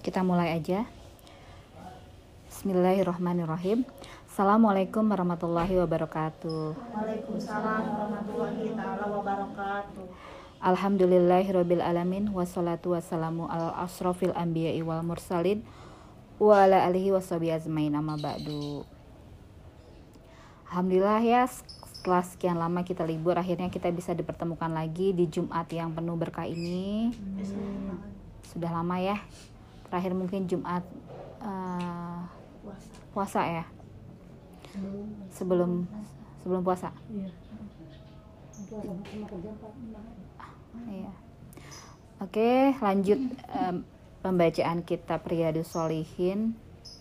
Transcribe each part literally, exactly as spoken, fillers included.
Kita mulai aja. Bismillahirrahmanirrahim. Assalamualaikum warahmatullahi wabarakatuh. Waalaikumsalam warahmatullahi taala wabarakatuh. Alhamdulillahirabbil alamin wassalatu wassalamu ala asrofil anbiya'i wal mursalin wa ala alihi washabihi ajmain, amma ba'du. Alhamdulillah ya, setelah sekian lama kita libur, akhirnya kita bisa dipertemukan lagi di Jumat yang penuh berkah ini. Hmm. Sudah lama ya. Terakhir mungkin Jumat uh, puasa ya. Sebelum sebelum puasa. Iya. Iya. Oke, lanjut um, pembacaan kitab Riyadhus Shalihin.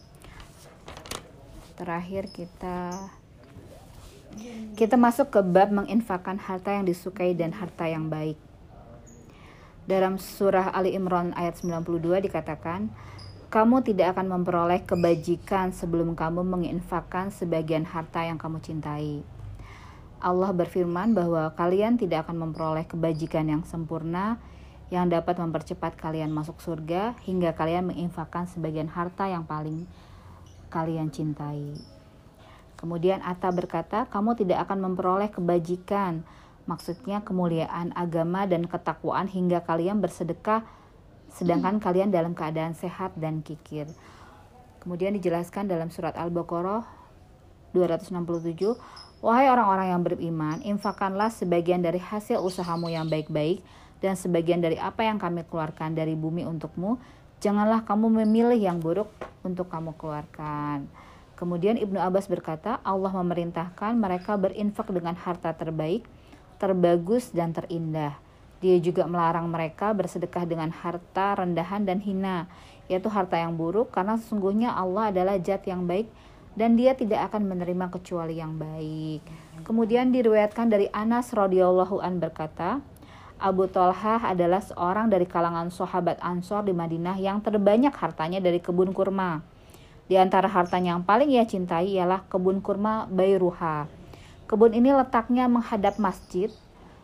Terakhir kita kita masuk ke bab menginfakkan harta yang disukai dan harta yang baik. Dalam surah Ali Imran ayat sembilan puluh dua dikatakan, kamu tidak akan memperoleh kebajikan sebelum kamu menginfakkan sebagian harta yang kamu cintai. Allah berfirman bahwa kalian tidak akan memperoleh kebajikan yang sempurna yang dapat mempercepat kalian masuk surga hingga kalian menginfakkan sebagian harta yang paling kalian cintai. Kemudian Atta berkata, kamu tidak akan memperoleh kebajikan, maksudnya kemuliaan agama dan ketakwaan hingga kalian bersedekah sedangkan kalian dalam keadaan sehat dan kikir. Kemudian dijelaskan dalam surat Al-Baqarah dua ratus enam puluh tujuh, wahai orang-orang yang beriman, infakkanlah sebagian dari hasil usahamu yang baik-baik dan sebagian dari apa yang kami keluarkan dari bumi untukmu. Janganlah kamu memilih yang buruk untuk kamu keluarkan. Kemudian Ibnu Abbas berkata, Allah memerintahkan mereka berinfak dengan harta terbaik, terbagus dan terindah. Dia juga melarang mereka bersedekah dengan harta rendahan dan hina, yaitu harta yang buruk, karena sesungguhnya Allah adalah zat yang baik dan dia tidak akan menerima kecuali yang baik. Kemudian diriwayatkan dari Anas radhiyallahu an berkata, Abu Thalhah adalah seorang dari kalangan sahabat Ansor di Madinah yang terbanyak hartanya dari kebun kurma. Di antara hartanya yang paling ia cintai ialah kebun kurma Bayruha. Kebun ini letaknya menghadap masjid.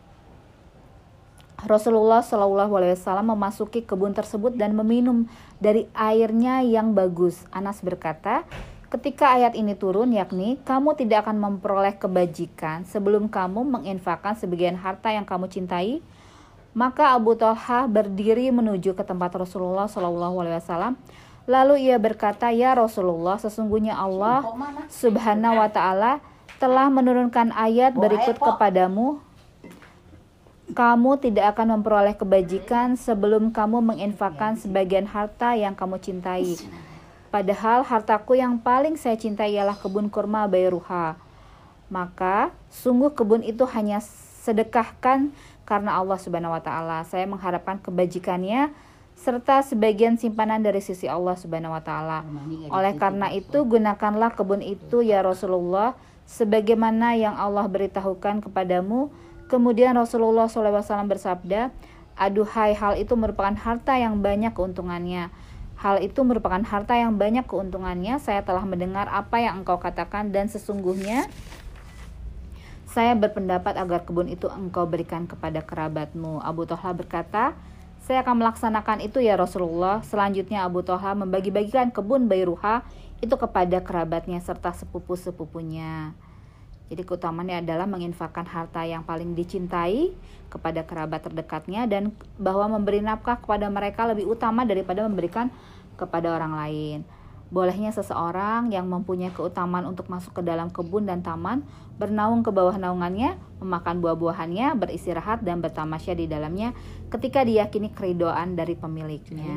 Rasulullah shallallahu alaihi wasallam memasuki kebun tersebut dan meminum dari airnya yang bagus. Anas berkata, ketika ayat ini turun, yakni kamu tidak akan memperoleh kebajikan sebelum kamu menginfakkan sebagian harta yang kamu cintai, maka Abu Thalhah berdiri menuju ke tempat Rasulullah shallallahu alaihi wasallam. Lalu ia berkata, ya Rasulullah, sesungguhnya Allah subhanahu wa ta'ala telah menurunkan ayat berikut kepadamu, kamu tidak akan memperoleh kebajikan sebelum kamu menginfakkan sebagian harta yang kamu cintai. Padahal hartaku yang paling saya cintai ialah kebun kurma Bayruha. Maka sungguh kebun itu hanya sedekahkan karena Allah subhanahu wa ta'ala. Saya mengharapkan kebajikannya serta sebagian simpanan dari sisi Allah subhanahu wa ta'ala. Oleh karena itu gunakanlah kebun itu ya Rasulullah sebagaimana yang Allah beritahukan kepadamu. Kemudian Rasulullah shallallahu alaihi wasallam bersabda, aduhai, hal itu merupakan harta yang banyak keuntungannya. Hal itu merupakan harta yang banyak keuntungannya. Saya telah mendengar apa yang engkau katakan dan sesungguhnya saya berpendapat agar kebun itu engkau berikan kepada kerabatmu. Abu Thalhah berkata, saya akan melaksanakan itu ya Rasulullah. Selanjutnya Abu Thalhah membagi-bagikan kebun Bayruha itu kepada kerabatnya serta sepupu-sepupunya. Jadi keutamaannya adalah menginfakkan harta yang paling dicintai kepada kerabat terdekatnya dan bahwa memberi nafkah kepada mereka lebih utama daripada memberikan kepada orang lain. Bolehnya seseorang yang mempunyai keutamaan untuk masuk ke dalam kebun dan taman, bernaung ke bawah naungannya, memakan buah-buahannya, beristirahat dan bertamasya di dalamnya ketika diyakini keridhaan dari pemiliknya.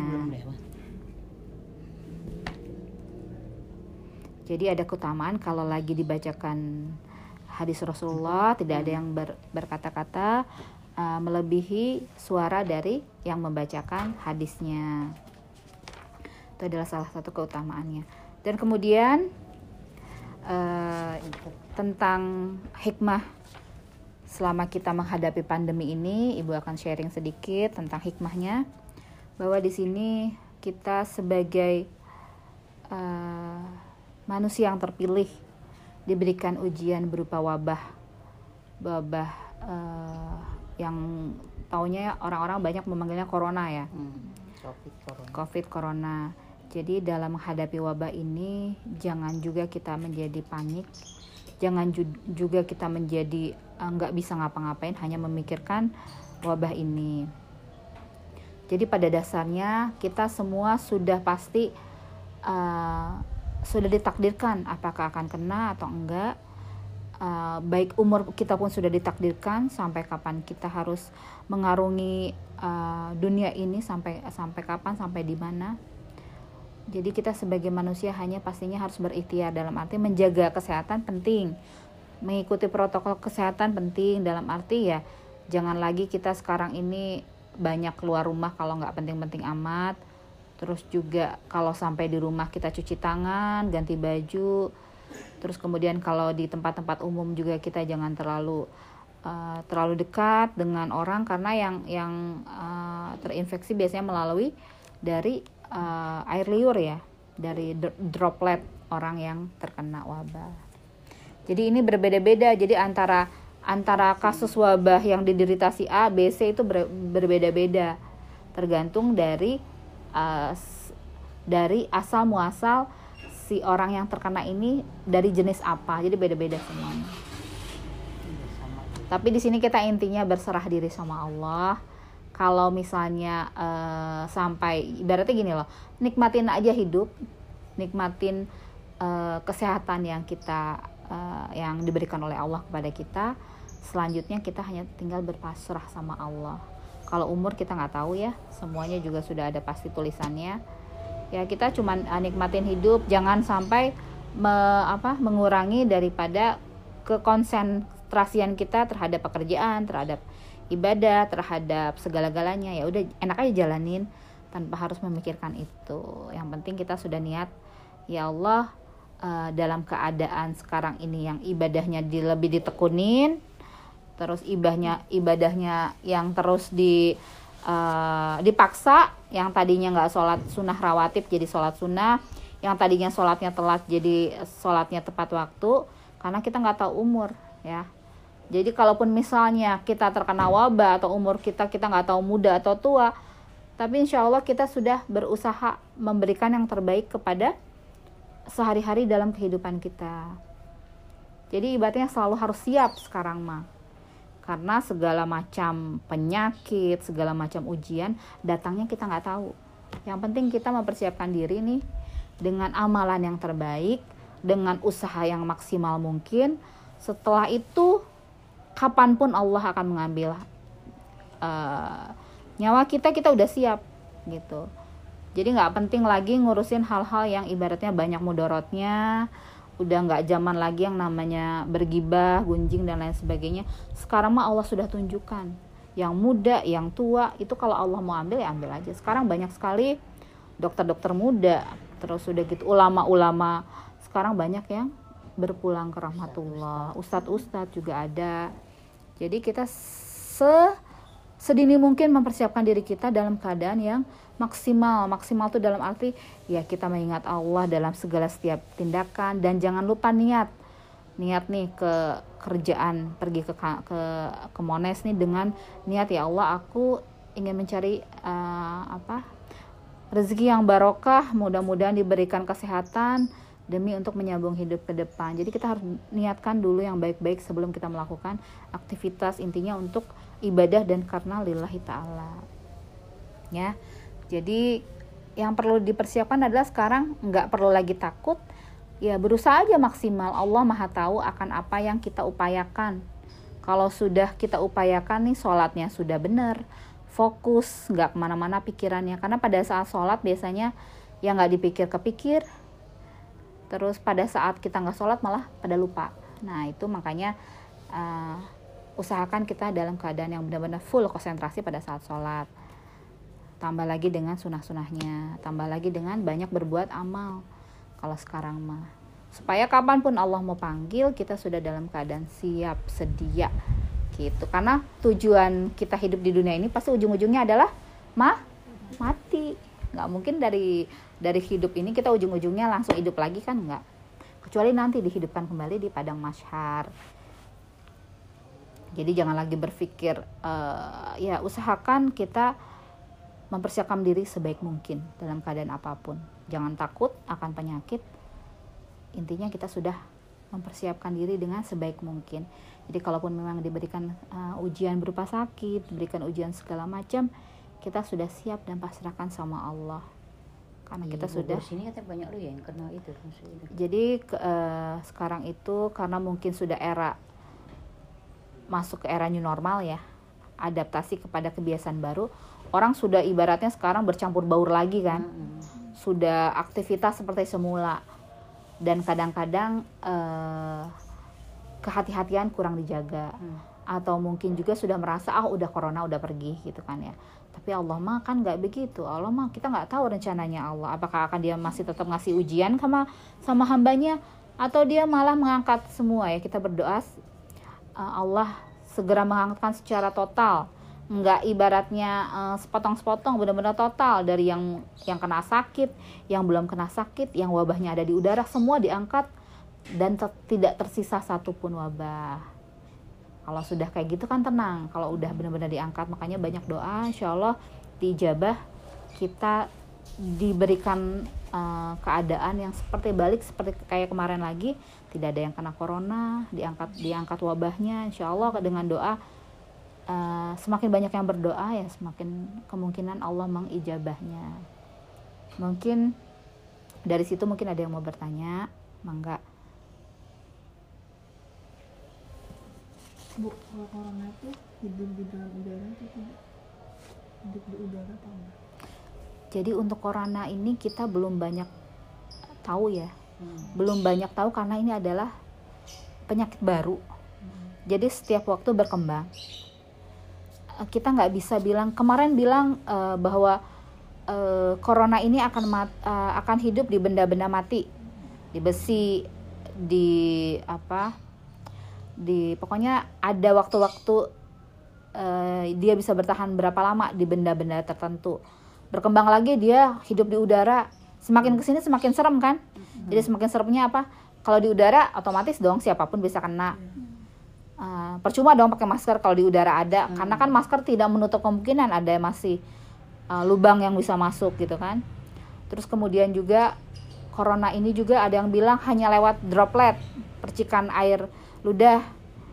Jadi ada keutamaan kalau lagi dibacakan hadis Rasulullah, tidak ada yang ber, berkata-kata uh, melebihi suara dari yang membacakan hadisnya. Itu adalah salah satu keutamaannya. Dan kemudian uh, tentang hikmah selama kita menghadapi pandemi ini, Ibu akan sharing sedikit tentang hikmahnya, bahwa di sini kita sebagai uh, manusia yang terpilih diberikan ujian berupa wabah, wabah uh, yang taunya orang-orang banyak memanggilnya corona ya. Hmm. Covid corona. COVID corona. Jadi dalam menghadapi wabah ini jangan juga kita menjadi panik, jangan ju- juga kita menjadi nggak uh, bisa ngapa-ngapain hanya memikirkan wabah ini. Jadi pada dasarnya kita semua sudah pasti uh, sudah ditakdirkan apakah akan kena atau enggak. Uh, baik umur kita pun sudah ditakdirkan sampai kapan kita harus mengarungi uh, dunia ini, sampai sampai kapan, sampai di mana. Jadi kita sebagai manusia hanya pastinya harus berikhtiar, dalam arti menjaga kesehatan penting, mengikuti protokol kesehatan penting, dalam arti ya jangan lagi kita sekarang ini banyak keluar rumah kalau nggak penting-penting amat. Terus juga kalau sampai di rumah kita cuci tangan, ganti baju. Terus kemudian kalau di tempat-tempat umum juga kita jangan terlalu uh, terlalu dekat dengan orang, karena yang yang uh, terinfeksi biasanya melalui dari uh, air liur ya, dari droplet orang yang terkena wabah. Jadi ini berbeda-beda. Jadi antara antara kasus wabah yang diderita si A, B, C itu ber, berbeda-beda, tergantung dari uh, dari asal muasal si orang yang terkena ini dari jenis apa. Jadi beda-beda semuanya. Tapi di sini kita intinya berserah diri sama Allah. Kalau misalnya uh, sampai ibaratnya gini loh, nikmatin aja hidup, nikmatin uh, kesehatan yang kita uh, yang diberikan oleh Allah kepada kita. Selanjutnya kita hanya tinggal berpasrah sama Allah. Kalau umur kita nggak tahu ya, semuanya juga sudah ada pasti tulisannya. Ya kita cuman uh, nikmatin hidup, jangan sampai me, apa, mengurangi daripada kekonsentrasian kita terhadap pekerjaan, terhadap ibadah, terhadap segala-galanya. Ya udah enak aja jalanin tanpa harus memikirkan itu. Yang penting kita sudah niat, ya Allah, uh, dalam keadaan sekarang ini yang ibadahnya di, lebih ditekunin, terus ibadahnya ibadahnya yang terus di uh, dipaksa, yang tadinya nggak sholat sunnah rawatib jadi sholat sunnah, yang tadinya sholatnya telat jadi sholatnya tepat waktu, karena kita nggak tahu umur ya. Jadi kalaupun misalnya kita terkena wabah atau umur kita kita nggak tahu muda atau tua, tapi insya Allah kita sudah berusaha memberikan yang terbaik kepada sehari-hari dalam kehidupan kita. Jadi ibaratnya selalu harus siap sekarang mah, karena segala macam penyakit, segala macam ujian datangnya kita nggak tahu. Yang penting kita mempersiapkan diri nih dengan amalan yang terbaik, dengan usaha yang maksimal mungkin. Setelah itu kapanpun Allah akan mengambil uh, nyawa kita, kita udah siap gitu. Jadi nggak penting lagi ngurusin hal-hal yang ibaratnya banyak mudorotnya. Udah nggak zaman lagi yang namanya bergibah, gunjing dan lain sebagainya. Sekarang mah Allah sudah tunjukkan, yang muda, yang tua, itu kalau Allah mau ambil ya ambil aja. Sekarang banyak sekali dokter-dokter muda, terus udah gitu ulama-ulama sekarang banyak yang berpulang ke rahmatullah, ustadz-ustadz juga ada. Jadi kita se sedini mungkin mempersiapkan diri kita dalam keadaan yang maksimal. Maksimal itu dalam arti ya kita mengingat Allah dalam segala setiap tindakan, dan jangan lupa niat. Niat nih ke kerjaan, pergi ke ke ke Mones nih dengan niat, ya Allah aku ingin mencari uh, apa? rezeki yang barokah, mudah-mudahan diberikan kesehatan demi untuk menyambung hidup ke depan. Jadi kita harus niatkan dulu yang baik-baik sebelum kita melakukan aktivitas, intinya untuk ibadah dan karena lillahi ta'ala. Ya. Jadi yang perlu dipersiapkan adalah sekarang nggak perlu lagi takut, ya berusaha aja maksimal. Allah Maha tahu akan apa yang kita upayakan. Kalau sudah kita upayakan nih, sholatnya sudah benar, fokus, nggak kemana-mana pikirannya. Karena pada saat sholat biasanya yang nggak dipikir-kepikir, terus pada saat kita nggak sholat malah pada lupa. Nah itu makanya uh, usahakan kita dalam keadaan yang benar-benar full konsentrasi pada saat sholat. Tambah lagi dengan sunah-sunahnya, tambah lagi dengan banyak berbuat amal kalau sekarang mah, supaya kapanpun Allah mau panggil kita sudah dalam keadaan siap sedia gitu. Karena tujuan kita hidup di dunia ini pasti ujung-ujungnya adalah mah mati. Nggak mungkin dari dari hidup ini kita ujung-ujungnya langsung hidup lagi, kan nggak, kecuali nanti dihidupkan kembali di padang mahsyar. Jadi jangan lagi berpikir uh, ya usahakan kita mempersiapkan diri sebaik mungkin dalam keadaan apapun. Jangan takut akan penyakit. Intinya kita sudah mempersiapkan diri dengan sebaik mungkin. Jadi kalaupun memang diberikan uh, ujian berupa sakit, diberikan ujian segala macam, kita sudah siap dan pasrahkan sama Allah. Karena Di kita Bogor sudah. Sini katanya banyak loh yang kena itu. Maksudnya. Jadi ke, uh, sekarang itu karena mungkin sudah era masuk ke era new normal ya, adaptasi kepada kebiasaan baru. Orang sudah ibaratnya sekarang bercampur baur lagi kan, hmm. sudah aktivitas seperti semula. Dan kadang-kadang uh, kehati-hatian kurang dijaga, hmm. atau mungkin juga sudah merasa ah udah corona udah pergi gitu kan ya. Tapi Allah mah kan nggak begitu. Allah mah kita nggak tahu rencananya Allah. Apakah akan dia masih tetap ngasih ujian sama sama hambanya, atau dia malah mengangkat semua ya. Kita berdoa uh, Allah segera mengangkatkan secara total. Nggak ibaratnya uh, sepotong-sepotong, benar-benar total dari yang yang kena sakit, yang belum kena sakit, yang wabahnya ada di udara, semua diangkat dan ter- tidak tersisa satupun wabah. Kalau sudah kayak gitu kan tenang. Kalau udah benar-benar diangkat, makanya banyak doa, insya Allah diijabah, kita diberikan uh, keadaan yang seperti balik seperti kayak kemarin lagi, tidak ada yang kena corona, diangkat diangkat wabahnya, insya Allah dengan doa. Uh, semakin banyak yang berdoa ya semakin kemungkinan Allah mengijabahnya. Mungkin dari situ mungkin ada yang mau bertanya, mangga. Bu, kalau corona itu hidup di dalam udara itu tidak? Hidup di udara atau enggak? Jadi untuk corona ini kita belum banyak tahu ya, hmm. belum banyak tahu karena ini adalah penyakit baru. Hmm. Jadi setiap waktu berkembang. Kita nggak bisa bilang, kemarin bilang uh, bahwa uh, corona ini akan mat, uh, akan hidup di benda-benda mati, di besi, di apa, di pokoknya ada waktu-waktu uh, dia bisa bertahan berapa lama di benda-benda tertentu. Berkembang lagi dia hidup di udara, semakin kesini semakin serem kan? Hmm. Jadi semakin seremnya apa? Kalau di udara otomatis dong siapapun bisa kena. Hmm. Uh, percuma dong pakai masker kalau di udara ada, hmm. karena kan masker tidak menutup kemungkinan ada masih uh, lubang yang bisa masuk gitu kan. Terus kemudian juga corona ini juga ada yang bilang hanya lewat droplet, percikan air ludah.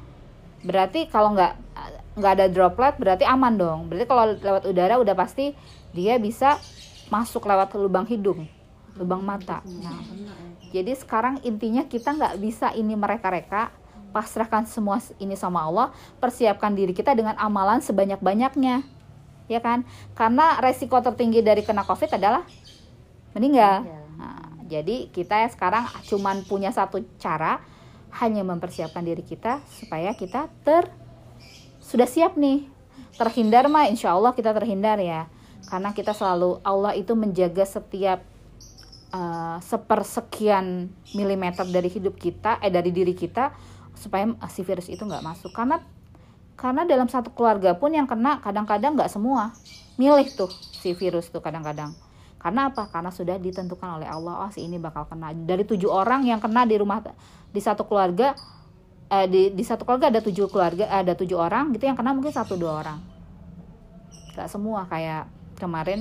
Berarti kalau nggak nggak ada droplet berarti aman dong. Berarti kalau lewat udara udah pasti dia bisa masuk lewat lubang hidung, lubang mata. Nah, jadi sekarang intinya kita nggak bisa ini mereka-reka. Pasrahkan semua ini sama Allah, persiapkan diri kita dengan amalan sebanyak-banyaknya, ya kan? Karena resiko tertinggi dari kena COVID adalah meninggal. Nah, jadi kita sekarang cuman punya satu cara, hanya mempersiapkan diri kita supaya kita ter sudah siap nih. Terhindar mah insya Allah kita terhindar ya, karena kita selalu Allah itu menjaga setiap uh, sepersekian milimeter dari hidup kita, eh dari diri kita, supaya si virus itu nggak masuk. Karena karena dalam satu keluarga pun yang kena kadang-kadang nggak semua milih tuh si virus tuh kadang-kadang. Karena apa? Karena sudah ditentukan oleh Allah, oh si ini bakal kena. Dari tujuh orang yang kena di rumah, di satu keluarga, eh, di di satu keluarga ada tujuh keluarga, ada tujuh orang gitu yang kena mungkin satu dua orang. Nggak semua. Kayak kemarin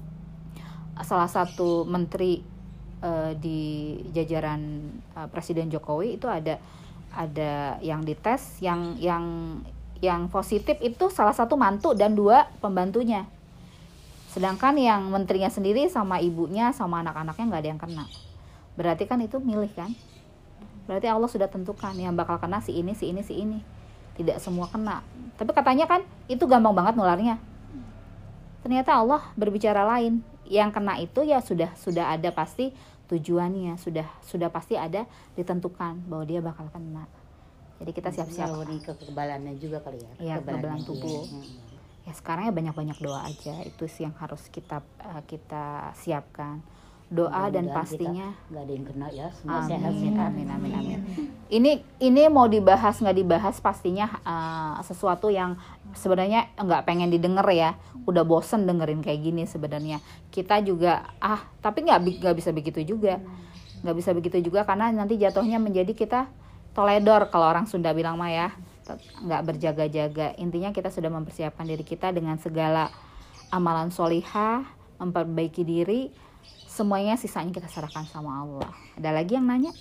salah satu menteri eh, di jajaran eh, Presiden Jokowi itu ada ada yang dites, yang yang yang positif itu salah satu mantu dan dua pembantunya. Sedangkan yang menterinya sendiri sama ibunya sama anak-anaknya nggak ada yang kena. Berarti kan itu milih kan? Berarti Allah sudah tentukan yang bakal kena si ini, si ini, si ini. Tidak semua kena. Tapi katanya kan itu gampang banget nularnya. Ternyata Allah berbicara lain. Yang kena itu ya sudah sudah ada pasti tujuannya, sudah sudah pasti ada ditentukan bahwa dia bakal kena. Jadi kita siap-siap. Ini kekebalannya juga kali ya. Iya, kekebalan tubuh. Hmm. Ya sekarang ya banyak-banyak doa aja, itu sih yang harus kita uh, kita siapkan. Doa dan pastinya nggak ada yang kena ya, semua amin, sehat sehat. Amin amin amin. Ini ini mau dibahas nggak dibahas pastinya uh, sesuatu yang sebenarnya nggak pengen didengar ya. Udah bosen dengerin kayak gini sebenarnya. Kita juga ah tapi nggak nggak bisa begitu juga, nggak bisa begitu juga karena nanti jatuhnya menjadi kita toledor kalau orang Sunda bilang mah ya, nggak berjaga-jaga. Intinya kita sudah mempersiapkan diri kita dengan segala amalan solihah, memperbaiki diri, semuanya sisanya kita serahkan sama Allah. Ada lagi yang nanya?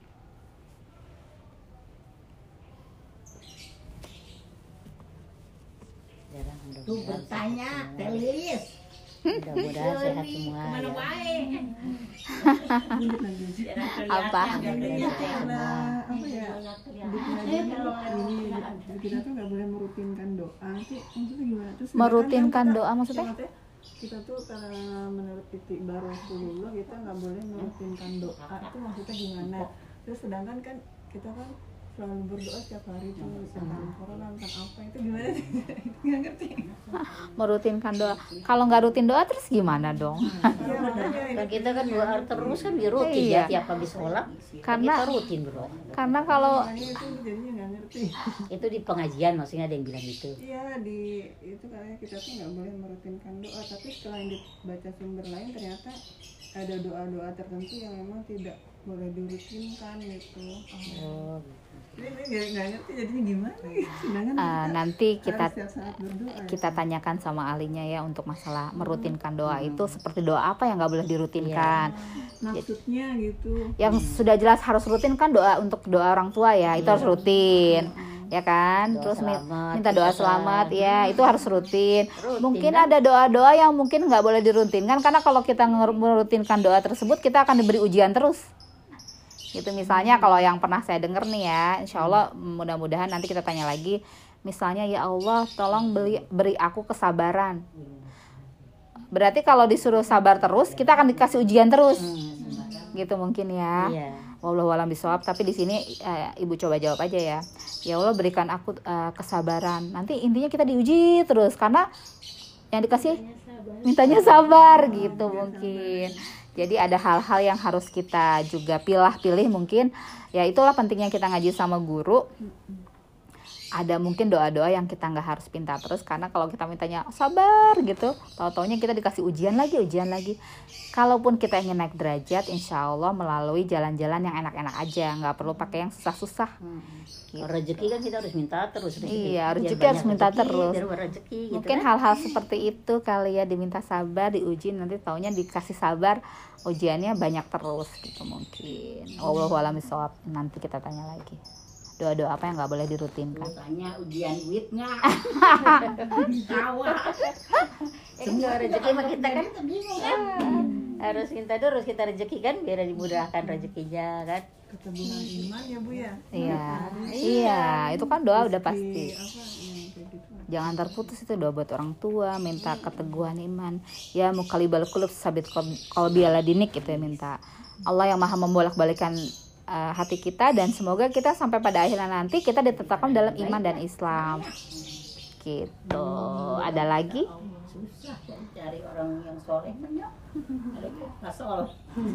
Jarang, Tuh mudah-mudahan bertanya, sehat semua. Telis. Mudah-mudahan sehat semua Kemana ya. wae? Lanjut lagi. Jarang Apa? kelihatan, Ini jarang karena apa ya? kelihatan. Di pengajian ini kita tuh nggak boleh merutinkan doa. Itu maksudnya gimana? Terus sedangkan Merutinkan kita- doa maksudnya? ya, kita tuh karena menurut titik baru Rasulullah kita nggak boleh merutinkan doa. Itu maksudnya gimana? Terus sedangkan kan kita kan selalu berdoa setiap hari tuh tentang corona, tentang apa itu gimana sih? Nggak ngerti. Merutinkan doa. Kalau nggak rutin doa terus gimana dong? Iya, makanya ini. Kan kita kan doa terus kan di rutin Iya. ya tiap habis sholat. Karena- kita rutin berdoa. Karena kalau Makanya itu jadinya nggak ngerti. Itu di pengajian maksudnya ada yang bilang gitu. Iya, di itu katanya kita tuh nggak boleh merutinkan doa, tapi setelah dibaca sumber lain ternyata ada doa-doa tertentu yang memang tidak boleh dirutinkan gitu. Oh, Ini ini nggak nggak ngerti jadinya gimana gitu. Sedangkan uh, kita nanti kita harus setiap saat berdoa. ya. kita tanyakan sama ahlinya ya untuk masalah merutinkan doa itu seperti doa apa yang nggak boleh dirutinkan. Maksudnya gitu. Yang sudah jelas harus rutin kan doa untuk doa orang tua ya, itu harus rutin. Ya kan? Doa Terus mi- selamat, minta doa kita selamat salam. ya, itu harus rutin. Rutin, Mungkin kan? ada doa-doa yang mungkin nggak boleh dirutinkan karena kalau kita nger- merutinkan doa tersebut kita akan diberi ujian terus. Gitu misalnya kalau yang pernah saya dengar nih ya, insya Allah mudah-mudahan nanti kita tanya lagi. Misalnya ya Allah tolong beri, beri aku kesabaran. Berarti kalau disuruh sabar terus kita akan dikasih ujian terus. Gitu mungkin ya. Iya. Wallahu a'lam bishawab. Tapi di sini eh, ibu coba jawab aja ya. Ya Allah berikan aku eh, kesabaran. Nanti intinya kita diuji terus karena yang dikasih mintanya sabar gitu mungkin. Jadi ada hal-hal yang harus kita juga pilah-pilih mungkin. Ya itulah pentingnya kita ngaji sama guru. Ada mungkin doa-doa yang kita nggak harus pinta terus karena kalau kita mintanya sabar gitu, tahu-taunya kita dikasih ujian lagi, ujian lagi. Kalaupun kita ingin naik derajat, insya Allah melalui jalan-jalan yang enak-enak aja, nggak perlu pakai yang susah-susah. Kalau rezeki kan kita harus minta terus rezeki. Iya, Biar rezeki banyak harus minta rezeki, terus. biar rezeki gitu Mungkin kan. hal-hal seperti itu kali ya, diminta sabar, diuji, nanti taunya dikasih sabar, ujiannya banyak terus gitu mungkin. Wallahu a'lam bishawab. Nanti kita tanya lagi. Doa-doa apa yang nggak boleh dirutinkan? Tanya ujian duitnya. Kawah. Enggak rezeki mah kita kan Bingung kan? harus minta terus kita rezeki kan biar dimudahkan rezekinya kan. Kata bulan iman ya Bu ya. Iya, iya, itu kan doa udah Rezeki pasti. apa yang kayak gitu. Jangan terputus itu doa buat orang tua, minta keteguhan iman. Ya mukalibal qulub sabit qalbi ala dinik itu ya minta. Allah yang maha membolak-balikan uh, hati kita dan semoga kita sampai pada akhirnya nanti kita ditetapkan dalam iman dan Islam. Gitu. Ada lagi? Susah cari orang yang soleh banyak. Ada nggak soleh.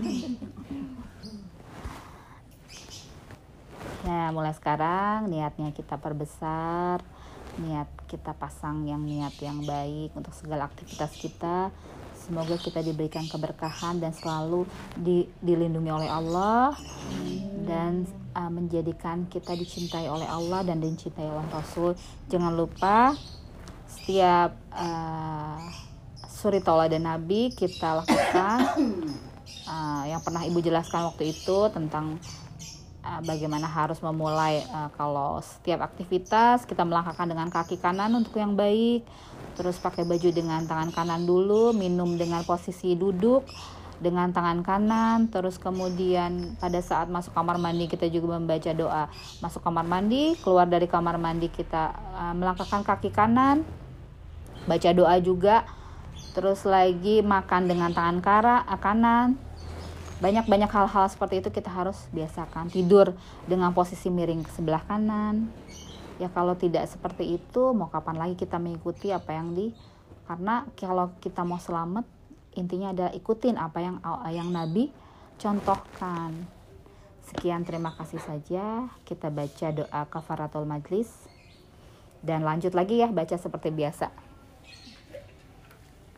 Nah, mulai sekarang niatnya kita perbesar, niat kita pasang yang niat yang baik untuk segala aktivitas kita. Semoga kita diberikan keberkahan dan selalu di, dilindungi oleh Allah dan uh, menjadikan kita dicintai oleh Allah dan dicintai oleh Rasul. Jangan lupa setiap uh, suri tauladan Nabi kita lakukan uh, yang pernah Ibu jelaskan waktu itu tentang uh, bagaimana harus memulai uh, kalau setiap aktivitas kita melangkahkan dengan kaki kanan untuk yang baik, terus pakai baju dengan tangan kanan dulu, minum dengan posisi duduk dengan tangan kanan, terus kemudian pada saat masuk kamar mandi kita juga membaca doa masuk kamar mandi, keluar dari kamar mandi kita uh, melangkahkan kaki kanan, baca doa juga, terus lagi makan dengan tangan kara, kanan. Banyak-banyak hal-hal seperti itu kita harus biasakan. Tidur dengan posisi miring ke sebelah kanan. Ya kalau tidak seperti itu, mau kapan lagi kita mengikuti apa yang di, karena kalau kita mau selamat, intinya adalah ikutin apa yang yang Nabi contohkan. Sekian, terima kasih saja. Kita baca doa kafaratul majlis dan lanjut lagi ya baca seperti biasa.